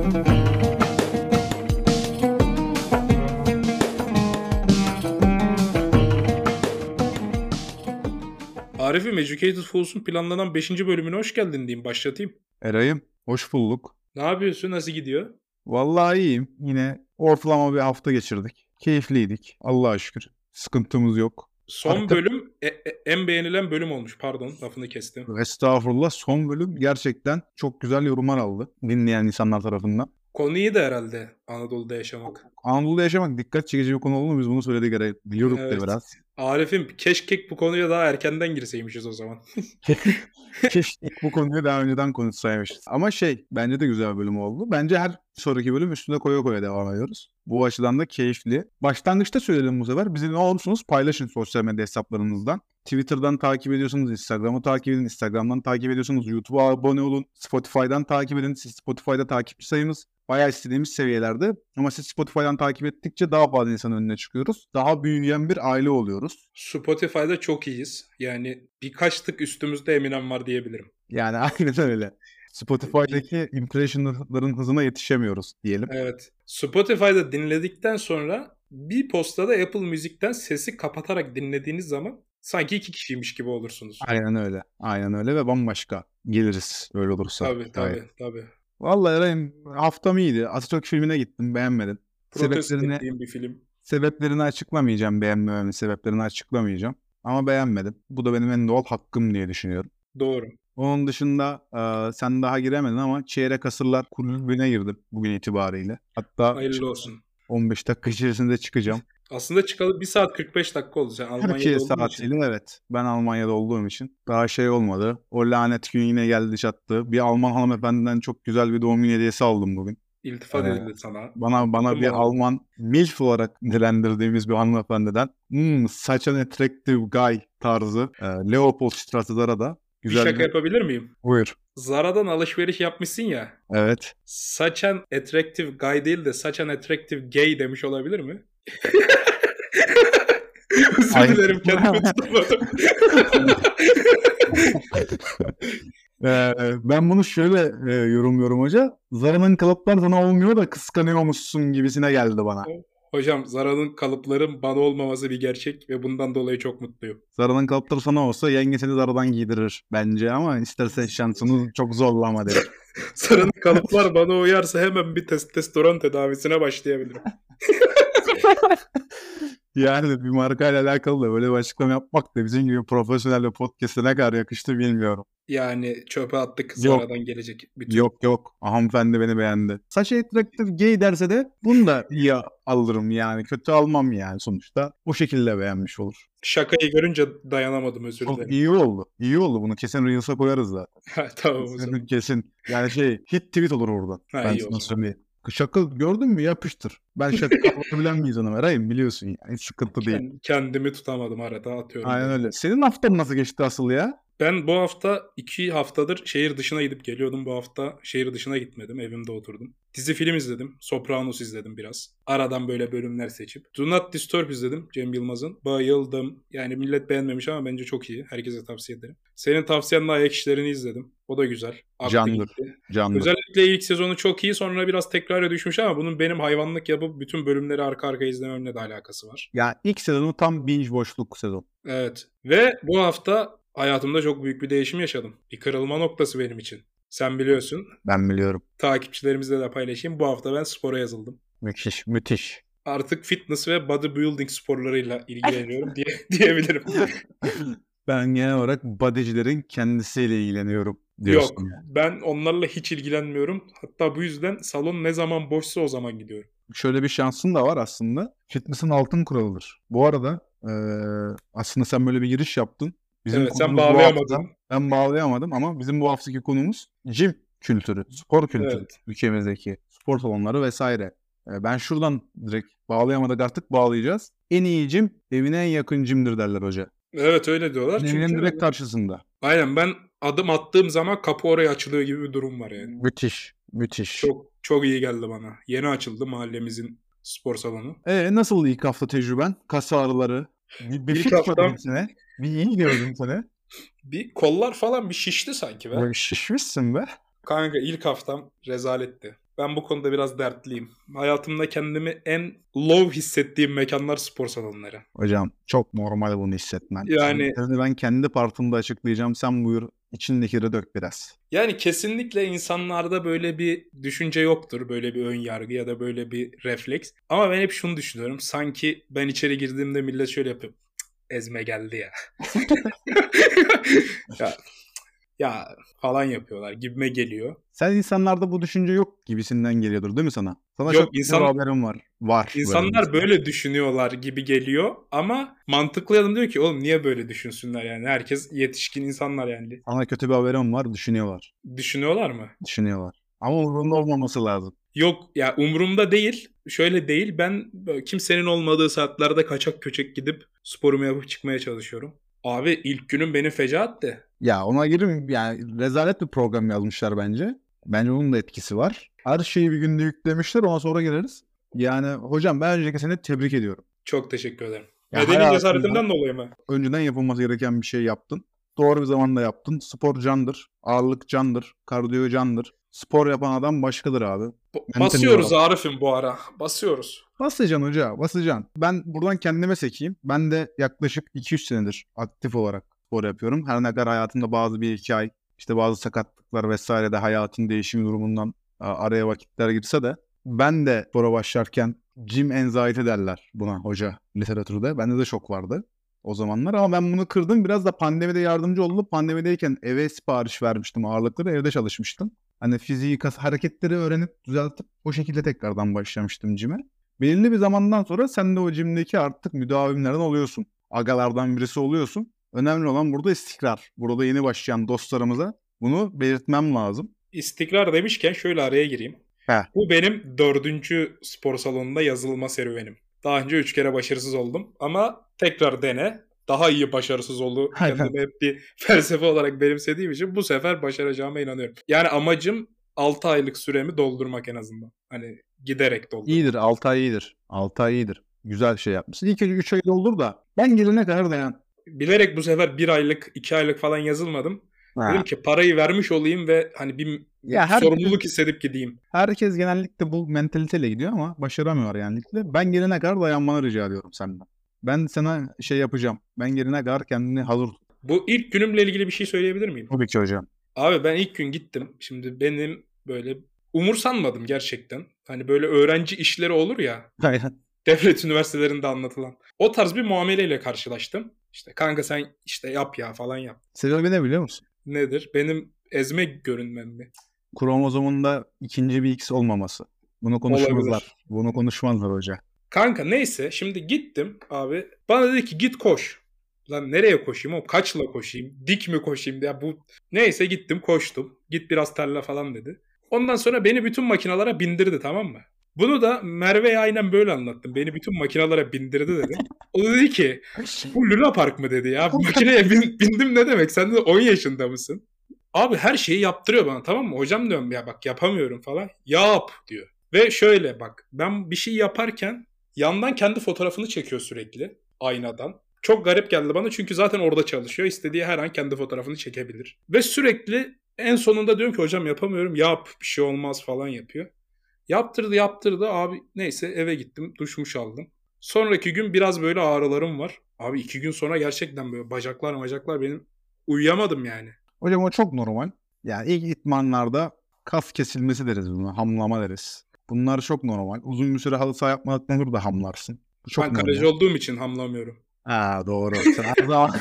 Arif'im, Educated Fools'un planlanan 5. bölümüne hoş geldin diyeyim. Başlatayım. Eray'ım, hoş bulduk. Ne yapıyorsun? Nasıl gidiyor? Vallahi iyiyim. Yine ortalama bir hafta geçirdik. Keyifliydik. Allah'a şükür. Sıkıntımız yok. Son bölüm en beğenilen bölüm olmuş. Pardon, lafını kestim. Estağfurullah. Son bölüm gerçekten çok güzel yorumlar aldı dinleyen insanlar tarafından. Konu iyi de herhalde Anadolu'da yaşamak. Anadolu'da yaşamak dikkat çekici bir konu olduğunu biz bunu söyledik Eray. Biliyorduk Evet. da biraz. Arif'im, keşke bu konuya daha erkenden girseymişiz o zaman. Keşke bu konuyu daha önceden konuşsaymışız. Ama bence de güzel bir bölüm oldu. Bence her sonraki bölüm üstüne koya koya devam ediyoruz. Bu açıdan da keyifli. Başlangıçta söyleyelim bu sefer. Bizi ne olursunuz paylaşın sosyal medya hesaplarınızdan. Twitter'dan takip ediyorsunuz, Instagram'ı takip edin, Instagram'dan takip ediyorsunuz, YouTube'a abone olun, Spotify'dan takip edin. Siz Spotify'da takipçi sayımız bayağı istediğimiz seviyelerde. Ama siz Spotify'dan takip ettikçe daha fazla insanın önüne çıkıyoruz. Daha büyüyen bir aile oluyoruz. Spotify'da çok iyiyiz. Yani birkaç tık üstümüzde Eminem var diyebilirim. Yani aynen öyle. Spotify'daki impressionların hızına yetişemiyoruz diyelim. Evet. Spotify'da dinledikten sonra bir postada Apple Müzik'ten sesi kapatarak dinlediğiniz zaman sanki 2 kişiymiş gibi olursunuz. Aynen öyle. Aynen öyle ve bambaşka geliriz öyle olursa. Tabii. Vallahi Eray'ım haftam iyiydi. Atatürk filmine gittim, beğenmedim. Protesto ettiğim bir film. Sebeplerini açıklamayacağım, beğenmememin sebeplerini açıklamayacağım. Ama beğenmedim. Bu da benim en doğal hakkım diye düşünüyorum. Doğru. Onun dışında sen daha giremedin ama Çeyrek Asırlar Kulübü'ne girdim bugün itibariyle. Hatta hayırlı olsun. 15 dakika içerisinde çıkacağım. Aslında çıkalı 1 saat 45 dakika oldu. Sen Almanya'da Türkiye olduğun saatiyle için. evet. Ben Almanya'da olduğum için daha olmadı. O lanet gün yine geldi çattı. Bir Alman hanımefendiden çok güzel bir doğum günü hediyesi aldım bugün. İltifat edildi sana. Bana bir Alman MILF olarak dilendirdiğimiz bir hanımefendiden such an attractive guy tarzı Leopoldstrasse da güzel bir şaka yapabilir miyim? Buyur. Zara'dan alışveriş yapmışsın ya. Evet. Such an attractive guy değil de such an attractive gay demiş olabilir mi? Özür dilerim, kendimi tutamadım. Ben bunu şöyle yorumluyorum hoca. Zara'nın kalıplar sana olmuyor da kıskanıyormuşsun gibisine geldi bana. Hocam, Zara'nın kalıpların bana olmaması bir gerçek ve bundan dolayı çok mutluyum. Zara'nın kalıpları sana olsa yenge seni Zara'dan giydirir bence ama istersen şansını çok zorlama derim. Zara'nın kalıplar bana uyarsa hemen bir testosteron tedavisine başlayabilirim. Yani bir markayla alakalı da böyle bir açıklama yapmak da bizim gibi profesyonel bir podcast'e ne kadar yakıştı bilmiyorum. Yani çöpe attık Zara'dan gelecek bütün. Yok. Hanımefendi beni beğendi. Saç attractive gay derse de bunu da iyi alırım yani. Kötü almam yani sonuçta. O şekilde beğenmiş olur. Şakayı görünce dayanamadım, özür dilerim. Çok iyi oldu. Bunu kesin Reels'a koyarız zaten. Tamam o zaman. Kesin. Yani hit tweet olur oradan. Ben sana söyleyeyim. Şaka gördün mü yapıştır. Ben şaka yapabilen bir insanım Eray'ım, biliyorsun yani. Hiç sıkıntı değil. Kendimi tutamadım, arada atıyorum. Aynen öyle. Senin haftan nasıl geçti asıl ya? Ben bu hafta 2 haftadır şehir dışına gidip geliyordum. Bu hafta şehir dışına gitmedim. Evimde oturdum. Dizi film izledim. Sopranos izledim biraz. Aradan böyle bölümler seçip. Do Not Disturb izledim Cem Yılmaz'ın. Bayıldım. Yani millet beğenmemiş ama bence çok iyi. Herkese tavsiye ederim. Senin tavsiyenle Ayak İşleri'ni izledim. O da güzel. Candır. Özellikle ilk sezonu çok iyi. Sonra biraz tekrara düşmüş ama bunun benim hayvanlık yapıp bütün bölümleri arka arkaya izlememle de alakası var. Ya ilk sezonu tam binge boşluk sezon. Evet. Ve bu hafta hayatımda çok büyük bir değişim yaşadım. Bir kırılma noktası benim için. Sen biliyorsun. Ben biliyorum. Takipçilerimizle de paylaşayım. Bu hafta ben spora yazıldım. Müthiş. Artık fitness ve bodybuilding sporlarıyla ilgileniyorum diyebilirim. Ben genel olarak bodycilerin kendisiyle ilgileniyorum diyorsun. Yok, ben onlarla hiç ilgilenmiyorum. Hatta bu yüzden salon ne zaman boşsa o zaman gidiyorum. Şöyle bir şansın da var aslında. Fitness'ın altın kuralıdır. Bu arada aslında sen böyle bir giriş yaptın. Evet, sen bağlayamadın. Ben bağlayamadım ama bizim bu haftaki konumuz gym kültürü, spor kültürü. Evet. Ülkemizdeki spor salonları vesaire. Ben şuradan direkt bağlayamadık, artık bağlayacağız. En iyi gym evine en yakın gym'dir derler hoca. Evet, öyle diyorlar. Evinin direkt karşısında. Aynen, ben adım attığım zaman kapı oraya açılıyor gibi bir durum var yani. Müthiş. Çok iyi geldi bana. Yeni açıldı mahallemizin spor salonu. Nasıl ilk hafta tecrüben? Kas ağrıları. Bir ilk haftam bir iyi gördüm seni. Bir kollar falan bir şişti sanki be. Şişmişsin be. Kanka ilk haftam rezaletti. Ben bu konuda biraz dertliyim. Hayatımda kendimi en low hissettiğim mekanlar spor salonları. Hocam çok normal bunu hissetmen. Yani Ben kendi partımda açıklayacağım. Sen buyur içindekileri dök biraz. yani kesinlikle insanlarda böyle bir düşünce yoktur. Böyle bir ön yargı ya da böyle bir refleks. Ama ben hep şunu düşünüyorum. Sanki ben içeri girdiğimde millet şöyle yapıyor. "Cık, ezme geldi ya." Ya ya falan yapıyorlar gibime geliyor. Sen insanlarda bu düşünce yok gibisinden geliyordur değil mi sana? Sana Yok çok güzel bir haberim var. Var böyle bir insanlar insan. böyle düşünüyorlar gibi geliyor ama mantıklı adam diyor ki oğlum niye böyle düşünsünler yani herkes yetişkin insanlar yani. Sana kötü bir haberim var. Düşünüyorlar. Düşünüyorlar mı? Düşünüyorlar. Ama umurunda olmaması lazım. Yok ya umurumda değil. Şöyle değil ben böyle kimsenin olmadığı saatlerde kaçak köçek gidip sporumu yapıp çıkmaya çalışıyorum. Abi ilk günüm beni fecaatti. Ya ona girmeyeyim. Yani rezalet bir program yazmışlar bence. Bence onun da etkisi var. Her şeyi bir günde yüklemişler. Ona sonra geliriz. Yani hocam ben önceki seni tebrik ediyorum. Çok teşekkür ederim. Ya Medeni hayatında cesaretimden dolayı mı? önceden yapılması gereken bir şey yaptın. Doğru bir zamanda yaptın. Spor candır. Ağırlık candır. Kardiyo candır. Spor yapan adam başkadır abi. Mental Basıyoruz olarak. Arif'im bu ara. Basıyoruz. Basacaksın hoca, basacaksın. Ben buradan kendime sekeyim. Ben de yaklaşık 2-3 senedir aktif olarak spor yapıyorum. Her ne kadar hayatımda bazı bir iki ay, işte bazı sakatlıklar vesaire de hayatın değişimi durumundan araya vakitler girse de ben de spora başlarken gym anxiety derler buna hoca literatürde. Bende de çok vardı o zamanlar ama ben bunu kırdım. Biraz da pandemide yardımcı oldu. Pandemideyken eve sipariş vermiştim ağırlıkları, evde çalışmıştım. Hani fiziği, hareketleri öğrenip düzeltip o şekilde tekrardan başlamıştım gym'e. Belirli bir zamandan sonra sen de o jimdeki artık müdavimlerden oluyorsun. Agalardan birisi oluyorsun. Önemli olan burada istikrar. Burada yeni başlayan dostlarımıza bunu belirtmem lazım. İstikrar demişken şöyle araya gireyim. Heh. Bu benim 4. spor salonunda yazılma serüvenim. Daha önce 3 kere başarısız oldum ama tekrar dene. Daha iyi başarısız oldu. Aynen. Kendime hep bir felsefe olarak benimsediğim için bu sefer başaracağıma inanıyorum. Yani amacım 6 aylık süremi doldurmak en azından. Hani giderek doldurmak. İyidir. 6 ay iyidir. 6 ay iyidir. Güzel şey yapmışsın. İlk önce 3 ay olur da ben gelene kadar dayan. Bilerek bu sefer 1 aylık 2 aylık falan yazılmadım. Dedim Ha. ki parayı vermiş olayım ve hani bir Ya sorumluluk hissedip gideyim. herkes genellikle bu mentaliteyle gidiyor ama başaramıyor genellikle. Ben gelene kadar dayanmanı rica ediyorum senden. Ben sana şey yapacağım. Ben gelene kadar kendini hazır tut. Bu ilk günümle ilgili bir şey söyleyebilir miyim? Tabii ki hocam. Abi ben ilk gün gittim. Şimdi benim böyle umursanmadım gerçekten. Hani böyle öğrenci işleri olur ya. Aynen. Devlet üniversitelerinde anlatılan. O tarz bir muameleyle karşılaştım. İşte kanka sen işte yap ya falan yap. Sebebi ne biliyor musun? Nedir? Benim ezme görünmem mi? Kromozomunda ikinci bir X olmaması. Bunu konuşmazlar. Olabilir. Bunu konuşmazlar hoca. Kanka neyse şimdi gittim abi. Bana dedi ki git koş. Lan nereye koşayım oğlum? Kaçla koşayım? Dik mi koşayım? Ya bu neyse gittim koştum. Git biraz terle falan dedi. Ondan sonra beni bütün makinalara bindirdi tamam mı? Bunu da Merve'ye aynen böyle anlattım. Beni bütün makinalara bindirdi dedim. O dedi ki bu Luna Park mı dedi ya. Makineye bindim ne demek? Sen de 10 yaşında mısın? Abi her şeyi yaptırıyor bana tamam mı? Hocam diyorum ya bak yapamıyorum falan. Yap diyor. Ve şöyle bak ben bir şey yaparken yandan kendi fotoğrafını çekiyor sürekli aynadan. Çok garip geldi bana çünkü zaten orada çalışıyor. İstediği her an kendi fotoğrafını çekebilir. Ve sürekli en sonunda diyorum ki hocam yapamıyorum yap bir şey olmaz falan yapıyor. Yaptırdı abi neyse eve gittim duşmuş aldım. Sonraki gün biraz böyle ağrılarım var. Abi 2 gün sonra gerçekten böyle bacaklar benim uyuyamadım yani. Hocam o çok normal. Yani ilk idmanlarda kas kesilmesi deriz buna. Hamlama deriz. Bunlar çok normal. Uzun bir süre halı saha yapmadıktan sonra da hamlarsın. Bu çok Ben normal. kaleci olduğum için hamlamıyorum. Ha doğru. Sen her zaman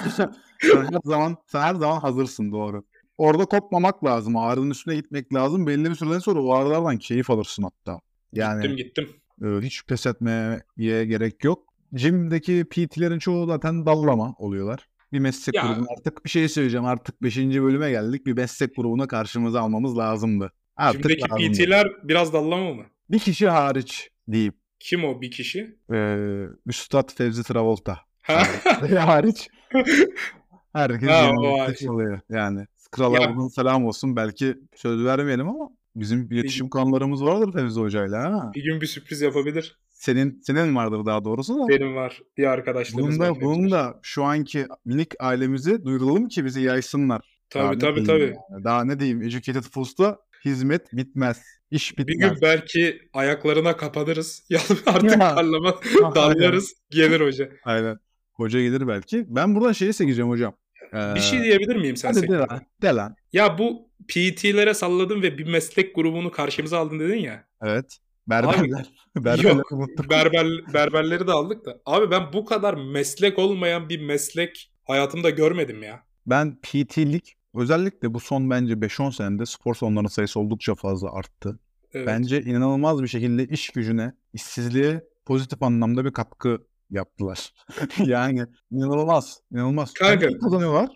sen her zaman hazırsın doğru. Orada kopmamak lazım. Ağrının üstüne gitmek lazım. Belli bir süreden sonra o ağrılardan keyif alırsın hatta. Yani Gittim. hiç pes etmeye gerek yok. Gym'deki PT'lerin çoğu zaten dallama oluyorlar. Bir meslek Ya grubuna artık bir şey söyleyeceğim. Artık 5. bölüme geldik. Bir meslek grubuna karşımıza almamız lazımdı. Artık şimdiki lazımdı. PT'ler biraz dallama mı? Bir kişi hariç deyip Kim o bir kişi? Üstad Fevzi Travolta Ha? hariç herkes Ha, o genellikle hariç. şey oluyor. Yani krala Ya buradan selam olsun. Belki söz vermeyelim ama bizim iletişim kanallarımız vardır Fevzi Hoca'yla. Ha? bir gün bir sürpriz yapabilir. Senin vardır daha doğrusu da. Benim var. Bir arkadaşlığımız var. Bunun da şu anki minik ailemizi duyuralım ki bizi yaysınlar. Daha Tabii ne tabii diyeyim tabii. yani. Daha ne diyeyim? Educated Foods'ta hizmet bitmez. İş Bir bitmez. gün belki ayaklarına kapanırız. Ya artık Ya. darlama Aynen. darlarız. Gelir hoca. Aynen. Hoca gelir belki. Ben buradan şeyi sekeceğim hocam. Bir şey diyebilir miyim sen Hadi de lan. sekmeden? De lan. Ya bu PT'lere salladın ve bir meslek grubunu karşımıza aldın dedin ya. Evet. Abi Berberler. Berberler yok. unuttuk. Berberleri de aldık da. Abi ben bu kadar meslek olmayan bir meslek hayatımda görmedim ya. Ben PT'lik özellikle bu son bence 5-10 senede spor salonlarının sayısı oldukça fazla arttı. Evet. Bence inanılmaz bir şekilde iş gücüne, işsizliğe pozitif anlamda bir katkı yaptılar. Yani inanılmaz, inanılmaz. Kanka. Hem iyi kazanıyorlar,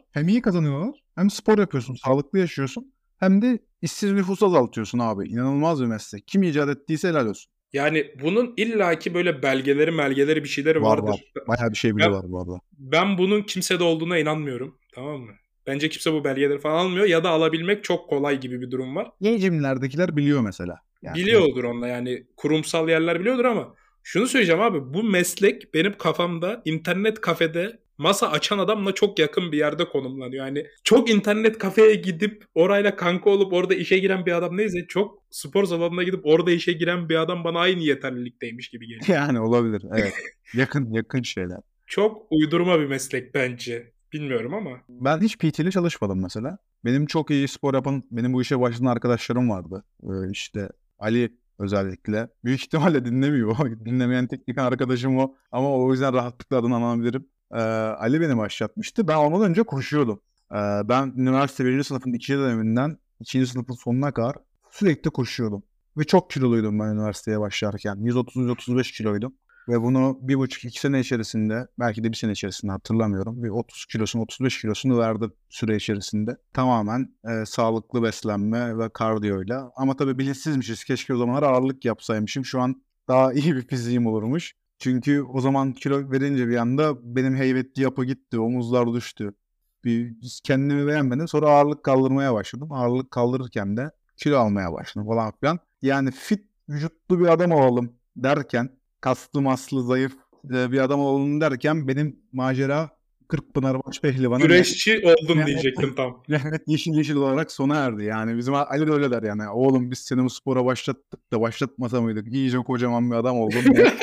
hem spor yapıyorsun, sağlıklı yaşıyorsun, hem de işsiz nüfusu azaltıyorsun abi. İnanılmaz bir meslek. Kim icat ettiyse helal olsun. Yani bunun illaki böyle belgeleri bir şeyleri vardır. Var. Bayağı bir şey bile var bu arada. Ben bunun kimsede olduğuna inanmıyorum. Tamam mı? Bence kimse bu belgeleri falan almıyor ya da alabilmek çok kolay gibi bir durum var. Eğitimlerdekiler biliyor mesela. Yani. Biliyordur onda yani kurumsal yerler biliyordur ama şunu söyleyeceğim abi, bu meslek benim kafamda internet kafede masa açan adamla çok yakın bir yerde konumlanıyor. Yani çok internet kafeye gidip orayla kanka olup orada işe giren bir adam neyse, çok spor salonuna gidip orada işe giren bir adam bana aynı yeterlilikteymiş gibi geliyor. Yani olabilir, evet. yakın şeyler. Çok uydurma bir meslek bence. Bilmiyorum ama. Ben hiç PT'li çalışmadım mesela. Benim çok iyi spor yapan, benim bu işe başlayan arkadaşlarım vardı. İşte Ali özellikle. Büyük ihtimalle dinlemiyor. Dinlemeyen teknik arkadaşım o. Ama o yüzden rahatlıkla adını anabilirim. Ali beni başlatmıştı. Ben ondan önce koşuyordum. Ben üniversite 1. sınıfın 2. döneminden 2. sınıfın sonuna kadar sürekli koşuyordum. Ve çok kiloluydum ben üniversiteye başlarken. 130-135 kiloydum. Ve bunu 1,5-2 sene içerisinde, belki de bir sene içerisinde hatırlamıyorum. Bir 30 kilosunu, 35 kilosunu verdim süre içerisinde. Tamamen sağlıklı beslenme ve kardiyoyla. Ama tabii bilinçsizmişiz. Keşke o zamanlar ağırlık yapsaymışım. Şu an daha iyi bir fiziğim olurmuş. Çünkü o zaman kilo verince bir anda benim heybetli yapı gitti, omuzlar düştü. Kendimi beğenmedim. Sonra ağırlık kaldırmaya başladım. Ağırlık kaldırırken de kilo almaya başladım falan filan. Yani fit vücutlu bir adam olalım derken, kaslı maslı zayıf bir adam olalım derken benim macera Kırkpınar Başpehlivan'ın Güreşçi oldum diyecektim tam. Mehmet yeşil olarak sona erdi. Yani bizim Ali de öyle der yani. Oğlum biz seni bu spora başlattık da başlatmasa mıydık? İyice kocaman bir adam oldun diye.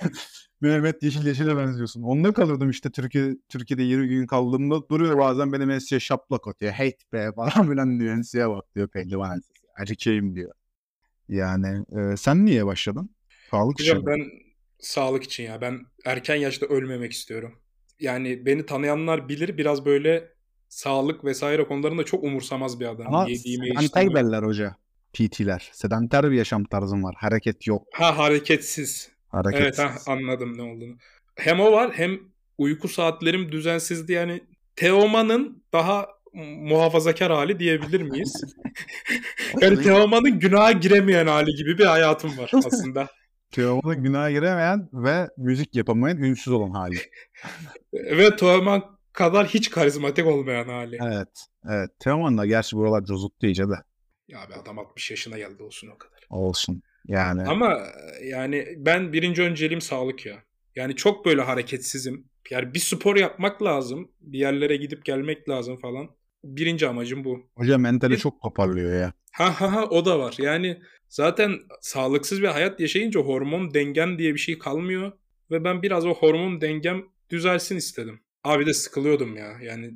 Mehmet yeşile benziyorsun. Onda kalırdım işte Türkiye'de 20 gün kaldığımda duruyor bazen benim enseye şaplak atıyor. Hate be falan filan diyor. Enseye bak diyor pehlivan ensesi. Erkeğim diyor. Yani sen niye başladın? Sağlık Hocam için. ben sağlık için ya. Ben erken yaşta ölmemek istiyorum. Yani beni tanıyanlar bilir, biraz böyle sağlık vesaire konularında çok umursamaz bir adamım. Ama Yediğime sedanter içtiğime. derler hoca. PT'ler. Sedanter bir yaşam tarzım var. Hareket yok. Ha, hareketsiz. Evet, Hareketsiz. anladım ne olduğunu. Hem o var hem uyku saatlerim düzensizdi. Yani Teoman'ın daha muhafazakar hali diyebilir miyiz? Yani Teoman'ın günaha giremeyen hali gibi bir hayatım var aslında. Teoman'a günaha giremeyen ve müzik yapamayan ünsüz olan hali. Ve Teoman kadar hiç karizmatik olmayan hali. Evet. Evet. Teoman da gerçi buralar cozuttu iyice de. Ya be, adam 60 yaşına geldi, olsun o kadar. Olsun. Yani. Ama yani ben birinci önceliğim sağlık ya. Yani çok böyle hareketsizim. Yani bir spor yapmak lazım. Bir yerlere gidip gelmek lazım falan. Birinci amacım bu. Hoca mentali çok toparlıyor ya. Ha o da var. Yani zaten sağlıksız bir hayat yaşayınca hormon dengen diye bir şey kalmıyor. Ve ben biraz o hormon dengem düzelsin istedim. Abi de sıkılıyordum ya. Yani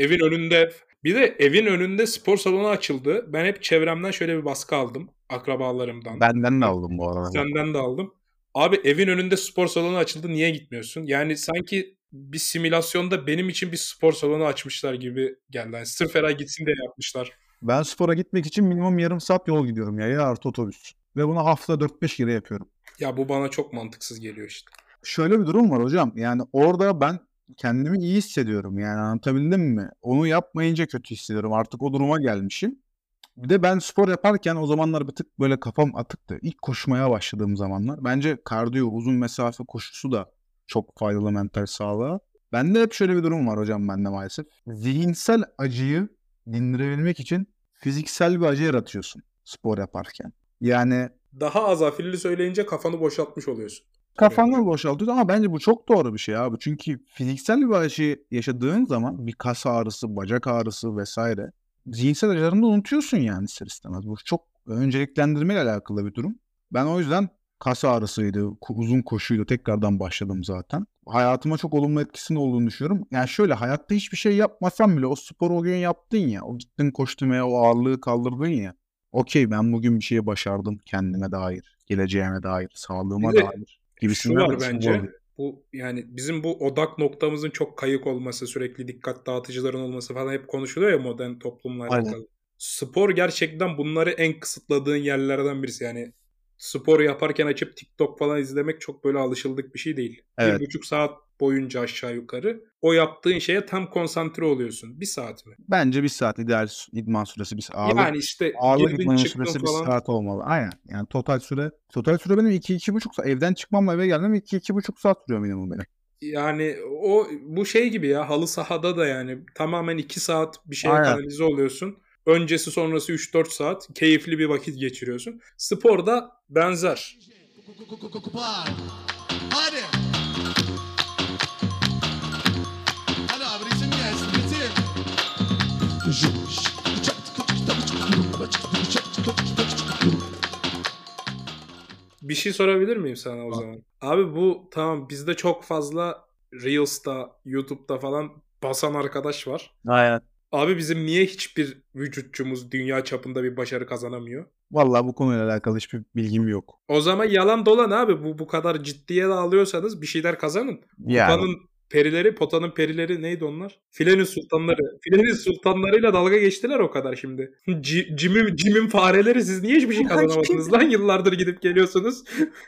evin önünde spor salonu açıldı. Ben hep çevremden şöyle bir baskı aldım. Akrabalarımdan. Benden de aldım bu arada. Senden de aldım. Abi evin önünde spor salonu açıldı, niye gitmiyorsun? Yani sanki bir simülasyonda benim için bir spor salonu açmışlar gibi geldi. Yani sırf Eray gitsin diye yapmışlar. Ben spora gitmek için minimum yarım saat yol gidiyorum ya artı otobüs. Ve bunu haftada 4-5 kere yapıyorum. Ya bu bana çok mantıksız geliyor işte. Şöyle bir durum var hocam. Yani orada ben kendimi iyi hissediyorum. Yani anlatabildim mi? Onu yapmayınca kötü hissediyorum. Artık o duruma gelmişim. Bir de ben spor yaparken o zamanlar bir tık böyle kafam atıktı. İlk koşmaya başladığım zamanlar. Bence kardiyo, uzun mesafe koşusu da çok faydalı mental sağlığa. Bende hep şöyle bir durum var hocam, bende maalesef. Zihinsel acıyı dindirebilmek için fiziksel bir acı yaratıyorsun spor yaparken. Yani Daha az afilli söyleyince kafanı boşaltmış oluyorsun. kafanı boşaltıyorsun ama bence bu çok doğru bir şey abi. Çünkü fiziksel bir acı yaşadığın zaman bir kas ağrısı, bacak ağrısı vesaire zihinsel acılarını da unutuyorsun yani ister istemez. Bu çok önceliklendirmeyle alakalı bir durum. Ben o yüzden kas ağrısıydı, uzun koşuydu. Tekrardan başladım zaten. Hayatıma çok olumlu etkisinin olduğunu düşünüyorum. Yani şöyle, hayatta hiçbir şey yapmasam bile o sporu o gün yaptın ya. O gittin koştun veya o ağırlığı kaldırdın ya. Okey, ben bugün bir şeyi başardım kendime dair, geleceğime dair, Bir sağlığıma de dair şu gibisinden var içimi bence. oluyor. Bu yani bizim bu odak noktamızın çok kayık olması, sürekli dikkat dağıtıcıların olması falan hep konuşuluyor ya modern toplumla Aynen. alakalı. Spor gerçekten bunları en kısıtladığın yerlerden birisi. Yani spor yaparken açıp TikTok falan izlemek çok böyle alışıldık bir şey değil. Bir Evet. buçuk saat boyunca aşağı yukarı o yaptığın şeye tam konsantre oluyorsun. Bir saat mi? Bence bir saat ideal idman süresi. Yani işte Ağırlık girdin idmanının çıktın süresi bir falan. saat olmalı. Aynen. Yani total süre benim 2-2,5 saat. Evden çıkmamla eve gelmem 2-2,5 saat sürüyor minimum benim. Yani bu şey gibi ya, halı sahada da yani tamamen 2 saat bir şeye Aynen. kanalize oluyorsun. Öncesi sonrası 3-4 saat keyifli bir vakit geçiriyorsun. Sporda benzer. Hadi. Hadi abi, ritim gelsin, ritim. Bir şey sorabilir miyim sana o Ha. zaman? Abi bu tamam, bizde çok fazla Reels'ta, YouTube'da falan basan arkadaş var. Aynen. Abi bizim niye hiçbir vücutçumuz dünya çapında bir başarı kazanamıyor? Vallahi bu konuyla alakalı hiçbir bilgim yok. O zaman yalan dolan abi. Bu kadar ciddiye de alıyorsanız bir şeyler kazanın. Yani Kupanın perileri, potanın perileri neydi onlar? Filenin sultanları. Filenin sultanlarıyla dalga geçtiler o kadar şimdi. Jim'in fareleri, siz niye hiçbir şey kazanamadınız lan? Yıllardır gidip geliyorsunuz.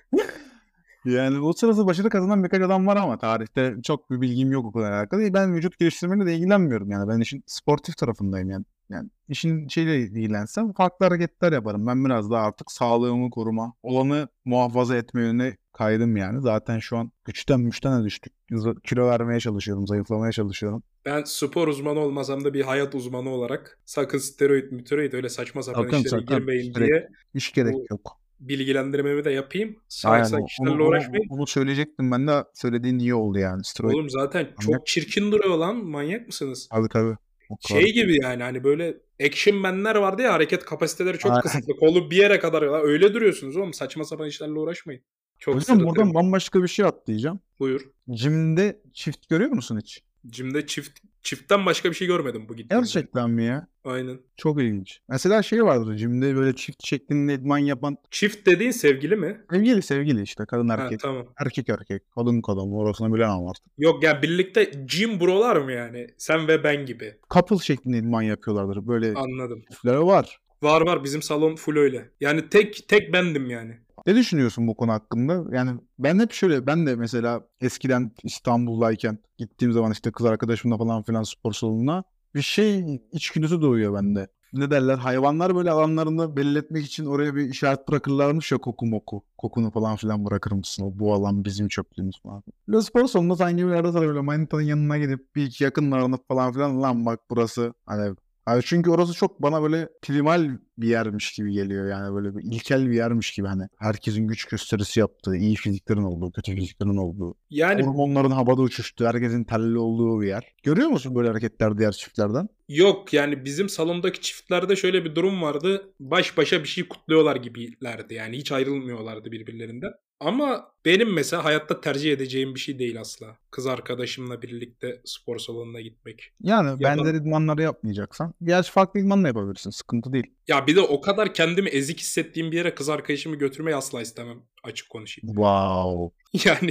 Yani o sırası başarı kazanan birkaç adam var ama tarihte çok bir bilgim yok o konuyla alakalı. Ben vücut geliştirmeyle de ilgilenmiyorum yani. Ben işin sportif tarafındayım yani. Yani işin şeyle ilgilensem farklı hareketler yaparım. Ben biraz daha artık sağlığımı koruma, olanı muhafaza etme yönüne kaydım yani. Zaten şu an güçten de düştük. Kilo vermeye çalışıyorum, zayıflamaya çalışıyorum. Ben spor uzmanı olmasam da bir hayat uzmanı olarak sakın steroid öyle saçma sapan Sakın işlere sakın girmeyin diye hiç gerek bu yok. bilgilendirmemi de yapayım. Salak Aynen salak işlerle uğraşmayın. onu söyleyecektim ben de, söylediğin iyi oldu yani. Steroid Oğlum zaten manyak. çok çirkin duruyor lan. Manyak mısınız? Tabii. O kadar. Şey gibi yani, hani böyle action man'ler vardı ya, hareket kapasiteleri çok Aynen. kısıtlı. Kolu bir yere kadar ya. Öyle duruyorsunuz oğlum. Saçma sapan işlerle uğraşmayın. Çok Hocam buradan sırıtıyor. bambaşka bir şey atlayacağım. Buyur. Gym'de çift görüyor musun hiç? Jim'de çiftten başka bir şey görmedim bu gittiğimde. Gerçekten mi ya? Aynen. Çok ilginç. Mesela şey vardır gym'de böyle çift şeklinde idman yapan, Çift dediğin sevgili mi? sevgili işte, kadın Ha erkek. tamam. Erkek kadın orasını bilemem artık. Yok ya, birlikte gym brolar mı yani? Sen ve ben gibi. Couple şeklinde idman yapıyorlardır. Böyle Anladım. çiftleri var. Var bizim salon full öyle. Yani tek bendim yani. Ne düşünüyorsun bu konu hakkında? Yani ben hep şöyle, ben de mesela eskiden İstanbul'dayken gittiğim zaman işte kız arkadaşımla falan filan spor salonuna bir şey içgüdüsü doğuyor bende. Ne derler? Hayvanlar böyle alanlarını belli etmek için oraya bir işaret bırakırlarmış ya, koku moku. Kokunu falan filan bırakır mısın? O, bu alan bizim çöplüğümüz falan. Böyle spor salonunda sanki bir arada sırada böyle manitanın yanına gidip bir iki yakınlarınıp falan filan, lan bak burası. Hani çünkü orası çok bana böyle primal bir yermiş gibi geliyor, yani böyle bir ilkel bir yermiş gibi, hani herkesin güç gösterisi yaptığı, iyi fiziklerin olduğu, kötü fiziklerin olduğu, Yani hormonların havada uçuştuğu, herkesin telli olduğu bir yer. Görüyor musun böyle hareketler diğer çiftlerden? yok yani, bizim salondaki çiftlerde şöyle bir durum vardı. Baş başa bir şey kutluyorlar gibilerdi. Yani hiç ayrılmıyorlardı birbirlerinden. Ama benim mesela hayatta tercih edeceğim bir şey değil asla. Kız arkadaşımla birlikte spor salonuna gitmek. Yani Ya da benzer idmanları yapmayacaksan, gerçi farklı idmanla yapabilirsin, sıkıntı değil. ya bir de o kadar kendimi ezik hissettiğim bir yere kız arkadaşımı götürmeyi asla istemem. Açık konuşayım. Wow. Yani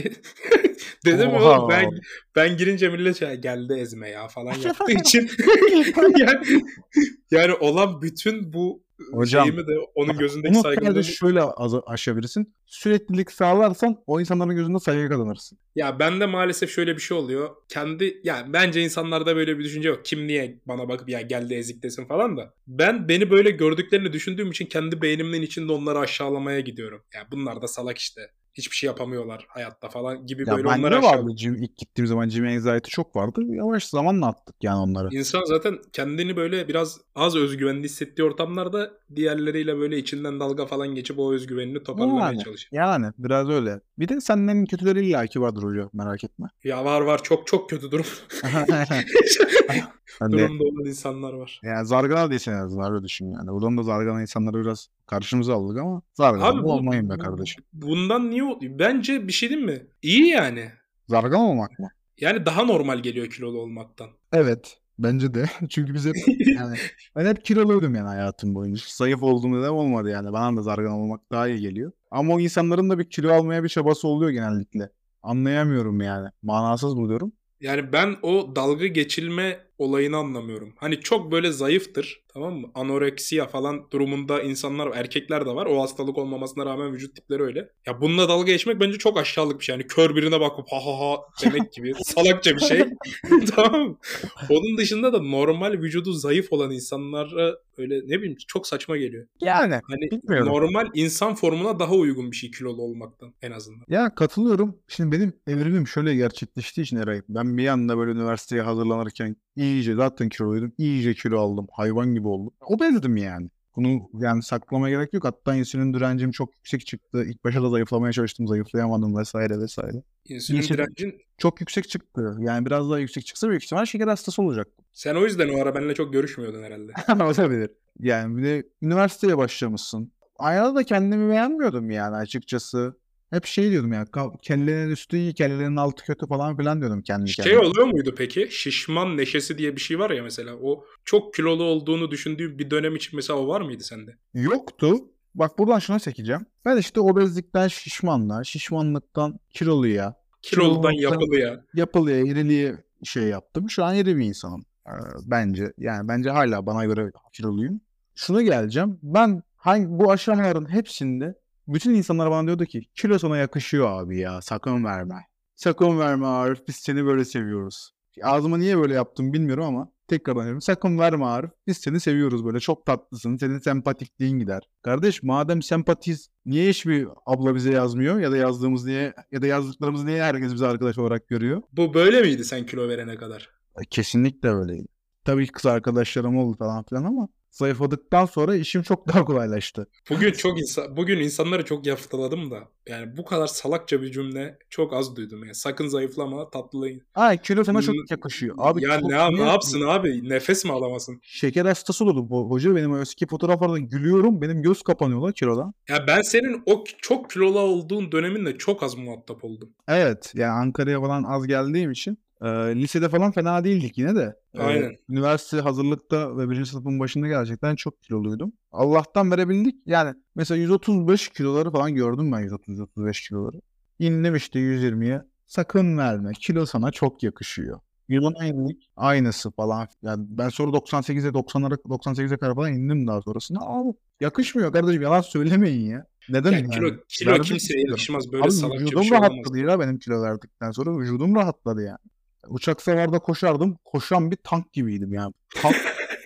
dedim ya oğlum, Wow. ben girince millet geldi ezme ya falan yaptığı için yani olan bütün bu Hocam, şeyimi de, onun bak, gözündeki onu sadece saygınlığımı. şöyle aşabilirsin. Süreklilik sağlarsan o insanların gözünde saygı kazanırsın. Ya bende maalesef şöyle bir şey oluyor. Yani bence insanlarda böyle bir düşünce yok. Kim niye bana bakıp ya geldi ezik desin falan da. Beni böyle gördüklerini düşündüğüm için kendi beynimin içinde onları aşağılamaya gidiyorum. Ya bunlar da salak işte. hiçbir şey yapamıyorlar hayatta falan gibi Ya böyle bende onları de aşağı. vardı. İlk gittiğim zaman gym anxiety çok vardı. Yavaş zamanla attık yani onları. İnsan zaten kendini böyle biraz az özgüvenli hissettiği ortamlarda diğerleriyle böyle içinden dalga falan geçip o özgüvenini toparlamaya çalışır. Yani biraz öyle. Bir de senden en kötüleri illaki vardır hoca, merak etme. Ya var çok çok kötü durum. Hani Durumda olan insanlar var. yani zargana değilsin en azından, öyle düşün yani. Buradan da zargana insanları biraz karşımıza aldık ama zargana Abi da olmayın be kardeşim. bundan niye bence bir şey değil mi? İyi yani. Zargana olmak mı? Yani daha normal geliyor kilolu olmaktan. Evet. Bence de. Çünkü biz hep yani ben hep kiloluydum yani hayatım boyunca. Hiç zayıf olduğum dönem olmadı yani. Bana da zargana olmak daha iyi geliyor. Ama o insanların da bir kilo almaya bir çabası oluyor genellikle. Anlayamıyorum yani. Manasız buluyorum. Yani ben o dalga geçilme olayını anlamıyorum. Hani çok böyle zayıftır, tamam mı? Anoreksiya falan durumunda insanlar, erkekler de var. O hastalık olmamasına rağmen vücut tipleri öyle. Ya bununla dalga geçmek bence çok aşağılık bir şey. Yani kör birine bakıp ha ha ha demek gibi salakça bir şey. Tamam mı? Onun dışında da normal vücudu zayıf olan insanlara öyle ne bileyim çok saçma geliyor. Yani Hani bilmiyorum. normal insan formuna daha uygun bir şey kilolu olmaktan en azından. Ya katılıyorum. Şimdi benim evrimim şöyle gerçekleştiği için Eray. Ben bir anda böyle üniversiteye hazırlanırken iyice zaten kiloluydum. İyice kilo aldım. Hayvan gibi oldum. Obezdim yani. Bunu yani saklamaya gerek yok. Hatta insülin direncim çok yüksek çıktı. İlk başta da zayıflamaya çalıştım. Zayıflayamadım vesaire vesaire. İnsülin direncin Çok yüksek çıktı. Yani biraz daha yüksek çıksa büyük ihtimal şeker hastası olacaktım. sen o yüzden o ara benimle çok görüşmüyordun herhalde. Olabilir. Yani bir de üniversiteye başlamışsın. Aynada da kendimi beğenmiyordum yani açıkçası. Hep şey diyordum ya, kellerin üstü iyi, kellerin altı kötü falan filan diyordum kendi Şey kendime. oluyor muydu peki? Şişman neşesi diye bir şey var ya mesela. O çok kilolu olduğunu düşündüğüm bir dönem için mesela o var mıydı sende? Yoktu. Bak buradan şuna çekeceğim. Ben işte obezlikten şişmanlığa, şişmanlıktan kiloluya, Kiloludan kiloluluktan yapılıya. yapılıya, iriliğe şey yaptım. Şu an iri bir insanım. Bence. Yani bence hala bana göre kiloluyum. Şuna geleceğim. Ben bu aşamaların hepsinde bütün insanlar bana diyordu ki kilo sana yakışıyor abi ya, sakın verme. Sakın verme Arif, biz seni böyle seviyoruz. Ağzıma niye böyle yaptım bilmiyorum ama tekrardan diyorum. Sakın verme Arif, biz seni seviyoruz böyle, çok tatlısın, senin sempatikliğin gider. Kardeş madem sempatiyiz niye hiçbir abla bize yazmıyor ya da yazdıklarımız niye herkes bize arkadaş olarak görüyor? Bu böyle miydi sen kilo verene kadar? Kesinlikle öyleydi. Tabii ki kız arkadaşlarım oldu falan filan ama zayıfladıktan sonra işim çok daha kolaylaştı. Bugün insanları çok yaftaladım da. Yani bu kadar salakça bir cümle çok az duydum. Yani sakın zayıflama, tatlılığın. Ay kilo sana çok yakışıyor. Abi Ya ne yapsın abi? Nefes mi alamasın? şeker hastası olurdum. Hoca benim o eski fotoğraflarda gülüyorum. Benim göz kapanıyorlar kilodan. Ya ben senin o çok kilolu olduğun döneminle çok az muhatap oldum. Evet yani Ankara'ya falan az geldiğim için lisede falan fena değildik yine de. Aynen. Üniversite hazırlıkta ve birinci sınıfın başında gerçekten çok kiloluydum. Allah'tan verebildik. Yani mesela 135 kiloları falan gördüm ben, 130-135 kiloları. İndim işte 120'ye. Sakın verme. Kilo sana çok yakışıyor. Yılın indik. Aynısı falan. Yani ben sonra 98'e 98'e kadar falan indim daha sonrasında. Abi yakışmıyor kardeşim, yalan söylemeyin ya. Neden Ya kilo yani? kimseye Vermek istiyorum. yakışmaz. Böyle Abi salakça bir vücudum şey olamaz. rahatladı ya benim kilo verdikten sonra. Vücudum rahatladı yani. Uçak seferde koşardım. Koşan bir tank gibiydim yani. Tank.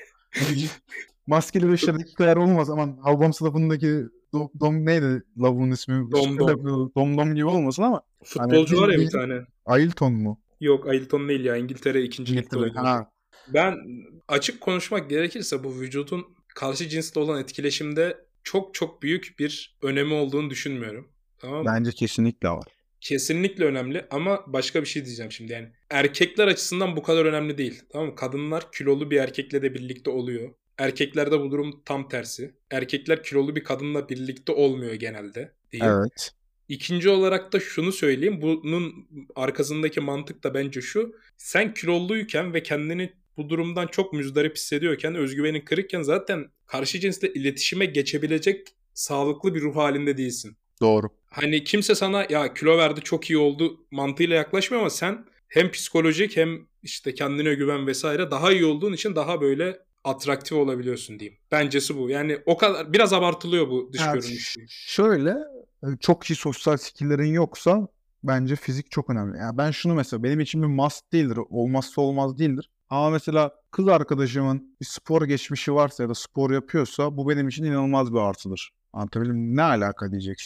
Maskeli 5 dakika yer olmaz. Aman Hababam sınıfındaki Dom neydi lavuğun ismi? Dom. Dom gibi olmasın ama hani Futbolcu var ya bir bildiğin tane. Ailton mu? Yok Ailton değil ya. İngiltere 2. Lig'de İngiltere. oynuyor. Ha. Ben açık konuşmak gerekirse bu vücudun karşı cinsle olan etkileşimde çok çok büyük bir önemi olduğunu düşünmüyorum. Tamam mı? Bence kesinlikle var. Kesinlikle önemli ama başka bir şey diyeceğim şimdi yani. Erkekler açısından bu kadar önemli değil. Tamam mı? Kadınlar kilolu bir erkekle de birlikte oluyor. Erkeklerde bu durum tam tersi. Erkekler kilolu bir kadınla birlikte olmuyor genelde diyeyim. Evet. İkinci olarak da şunu söyleyeyim. Bunun arkasındaki mantık da bence şu. Sen kiloluyken ve kendini bu durumdan çok müzdarip hissediyorken, özgüvenin kırıkken zaten karşı cinsle iletişime geçebilecek sağlıklı bir ruh halinde değilsin. Doğru. Hani kimse sana ya kilo verdi çok iyi oldu mantığıyla yaklaşmıyor ama sen hem psikolojik hem işte kendine güven vesaire daha iyi olduğun için daha böyle atraktif olabiliyorsun diyeyim. Bencesi bu. Yani o kadar biraz abartılıyor bu dış görünüş. Şöyle çok iyi sosyal skill'lerin yoksa bence fizik çok önemli. Yani ben şunu mesela benim için bir must değildir. Olmazsa olmaz değildir. Ama mesela kız arkadaşımın bir spor geçmişi varsa ya da spor yapıyorsa bu benim için inanılmaz bir artıdır. Anlatabildim mi? Ne alaka diyeceksin.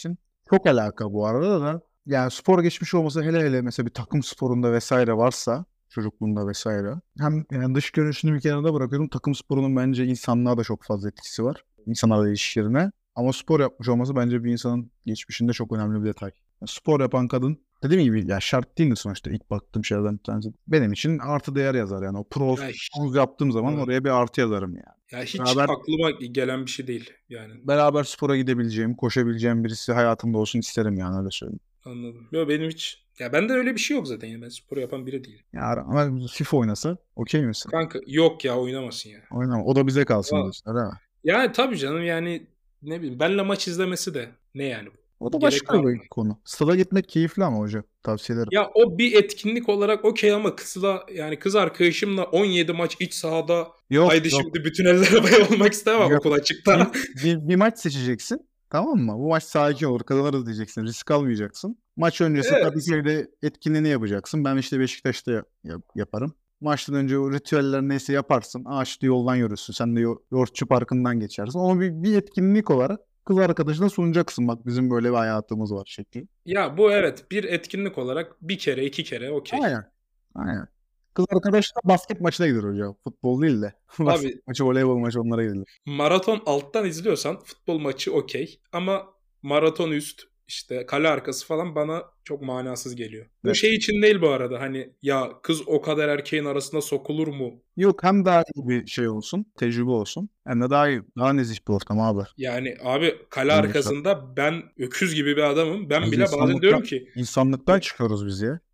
Çok alaka bu arada da. Yani spor geçmiş olması hele hele mesela bir takım sporunda vesaire varsa çocukluğunda vesaire. Hem yani dış görünüşünü bir kenarda bırakıyorum. Takım sporunun bence insanlığa da çok fazla etkisi var. İnsanlarla ilişkilerine. Ama spor yapmış olması bence bir insanın geçmişinde çok önemli bir detay. Yani spor yapan kadın dediğim gibi ya şart değil mi sonuçta ilk baktığım şeylerden bir tanesi. Benim için artı değer yazar yani. O pro Ya, spor yaptığım zaman evet. oraya bir artı yazarım yani. Ya hiç Beraber aklıma gelen bir şey değil yani. beraber spora gidebileceğim, koşabileceğim birisi hayatımda olsun isterim yani öyle söyleyeyim. Anladım. Yok benim hiç. Ya bende öyle bir şey yok zaten. Ya. Ben spor yapan biri değilim. Ya ama FIFA oynasa okey misin? Kanka yok ya oynamasın ya. Oynama. O da bize kalsın Aa, diyorsun değil mi? yani tabii canım yani ne bileyim benle maç izlemesi de ne yani bu? O da Gerek başka var bir mı? konu. Stada gitmek keyifli ama hoca. Tavsiye ederim. Ya o bir etkinlik olarak okey ama kızla yani kız arkadaşımla 17 maç iç sahada Yok haydi yok. şimdi bütün eller havaya olmak istemem Yok. okul açıkta. Bir maç seçeceksin. Tamam mı? Bu maç sakin olur. Kazanırız diyeceksin. Risk almayacaksın. Maç öncesi Evet. Kadıköy'de etkinliğini yapacaksın. Ben işte Beşiktaş'ta yaparım. Maçtan önce o ritüeller neyse yaparsın. Ağaçlı yoldan yürürsün. Sen de Yoğurtçu Parkı'ndan geçersin. Onu bir etkinlik olarak kız arkadaşına sunacaksın. Bak bizim böyle bir hayatımız var şekli. Ya bu evet bir etkinlik olarak bir kere iki kere okey. Aynen. Aynen. Kız arkadaşlar basket maçına gider hocam. Futbol değil de. Basket Abi maçı, voleybol maçı onlara gidilir. maraton alttan izliyorsan futbol maçı okey ama maraton üst işte kale arkası falan bana çok manasız geliyor. Bu Evet. şey için değil bu arada hani ya kız o kadar erkeğin arasında sokulur mu? Yok hem daha iyi bir şey olsun. Tecrübe olsun. Hem de daha iyi. Daha nezih bir ortam abi. Yani abi kale Öyle işte. arkasında ben öküz gibi bir adamım. Ben Biz bile bazen diyorum ki insanlıktan çıkıyoruz biz ya.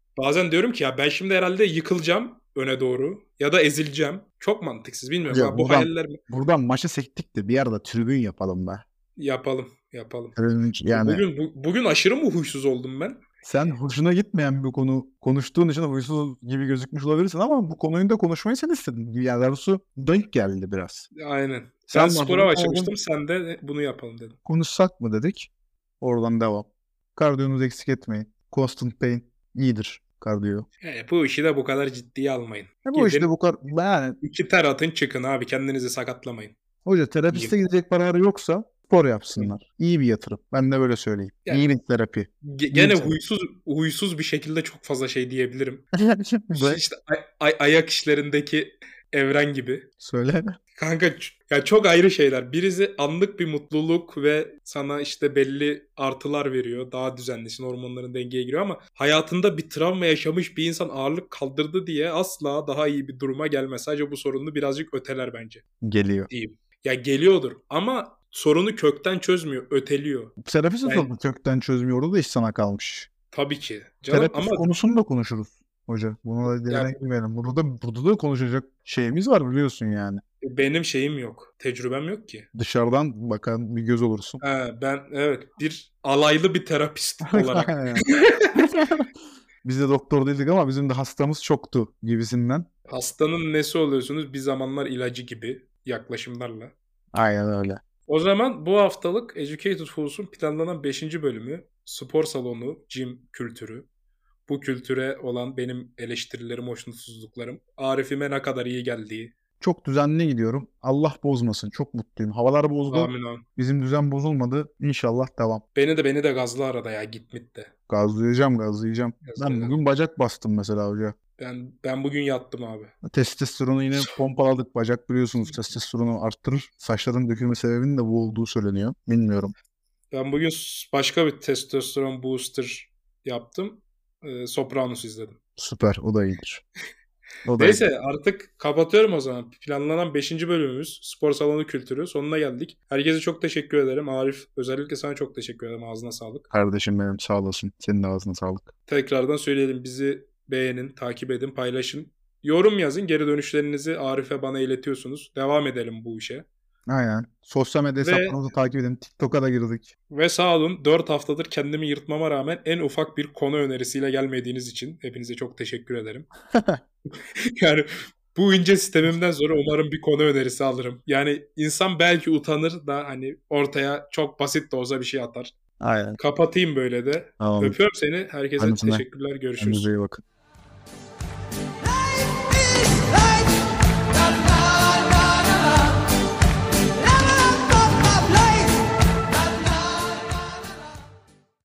ya ben şimdi herhalde yıkılacağım öne doğru ya da ezileceğim. Çok mantıksız bilmiyorum. Hocam Ha, bu buradan hayaller buradan maçı sektik de bir yerde tribün yapalım be. yapalım. Tribün, yani Bugün aşırı mı huysuz oldum ben? sen hoşuna gitmeyen bir konu konuştuğun için huysuz gibi gözükmüş olabilirsin ama bu konuyu da konuşmayı sen istedin. Yani doğrusu denk geldi biraz. Aynen. Ben Sen spora başladın, başlamıştım. Sen de bunu yapalım dedim. konuşsak mı dedik. Oradan devam. Kardiyonuzu eksik etmeyin. Constant pain iyidir kardiyo. Bu işi de bu kadar ciddiye almayın. Bu işte Gidin bu kadar. Yani 2 ter atın çıkın abi. Kendinizi sakatlamayın. hoca terapiste Diyeyim. gidecek paraları yoksa spor yapsınlar. İyi bir yatırım. Ben de böyle söyleyeyim. Yani İyi bir terapi. İyi gene bir terapi. huysuz bir şekilde çok fazla şey diyebilirim. Ve İşte ayak işlerindeki evren gibi. söyle. Kanka ya çok ayrı şeyler. Birisi anlık bir mutluluk ve sana işte belli artılar veriyor. Daha düzenlisin, hormonların dengeye giriyor ama hayatında bir travma yaşamış bir insan ağırlık kaldırdı diye asla daha iyi bir duruma gelmez. Sadece bu sorunu birazcık öteler bence Geliyor. diyeyim. Ya geliyordur ama sorunu kökten çözmüyor, öteliyor. Terapist Yani nasıl kökten çözmüyor da iş sana kalmış. tabii ki canım Terapist ama konusunu da konuşuruz hoca. Bunu da ya derine girmeyelim. Burada da konuşacak şeyimiz var biliyorsun yani. benim şeyim yok, tecrübem yok ki. Dışarıdan bakan bir göz olursun. Ben evet bir alaylı bir terapist olarak. Biz de doktor değildik ama bizim de hastamız çoktu gibisinden. Hastanın nesi oluyorsunuz? Bir zamanlar ilacı gibi yaklaşımlarla. Aynen öyle. O zaman bu haftalık Educated Fools'un planlanan 5. bölümü spor salonu, gym kültürü. Bu kültüre olan benim eleştirilerim, hoşnutsuzluklarım. Arif'ime ne kadar iyi geldiği. Çok düzenli gidiyorum. Allah bozmasın. Çok mutluyum. Havalar bozdu. Amin amin. Bizim düzen bozulmadı. İnşallah devam. Beni de gazlı arada ya gitmit de. Gazlayacağım. Gazla, Ben gazla. bugün bacak bastım mesela hoca. Ben bugün yattım abi. Testosteronu yine pompaladık. Bacak biliyorsunuz testosteronu arttırır. Saçların dökülme sebebinin de bu olduğu söyleniyor. Bilmiyorum. Ben bugün başka bir testosteron booster yaptım. Sopranos izledim. Süper. O da iyidir. O da iyidir. Neyse artık kapatıyorum o zaman. Planlanan 5. bölümümüz spor salonu kültürü sonuna geldik. Herkese çok teşekkür ederim. Arif özellikle sana çok teşekkür ederim. Ağzına sağlık. Kardeşim benim sağ olasın. Senin de ağzına sağlık. Tekrardan söyleyelim bizi beğenin, takip edin, paylaşın. Yorum yazın. Geri dönüşlerinizi Arif'e bana iletiyorsunuz. Devam edelim bu işe. Aynen. Sosyal medya Ve hesaplarımızı takip edin. TikTok'a da girdik. sağ olun 4 haftadır kendimi yırtmama rağmen en ufak bir konu önerisiyle gelmediğiniz için hepinize çok teşekkür ederim. Yani bu ince sistemimden sonra umarım bir konu önerisi alırım. Yani insan belki utanır da hani ortaya çok basit de olsa bir şey atar. Aynen. Kapatayım böyle de. Tamam. Öpüyorum seni. Herkese Anlatına. teşekkürler. Görüşürüz. Kendinize iyi bakın. Life is life.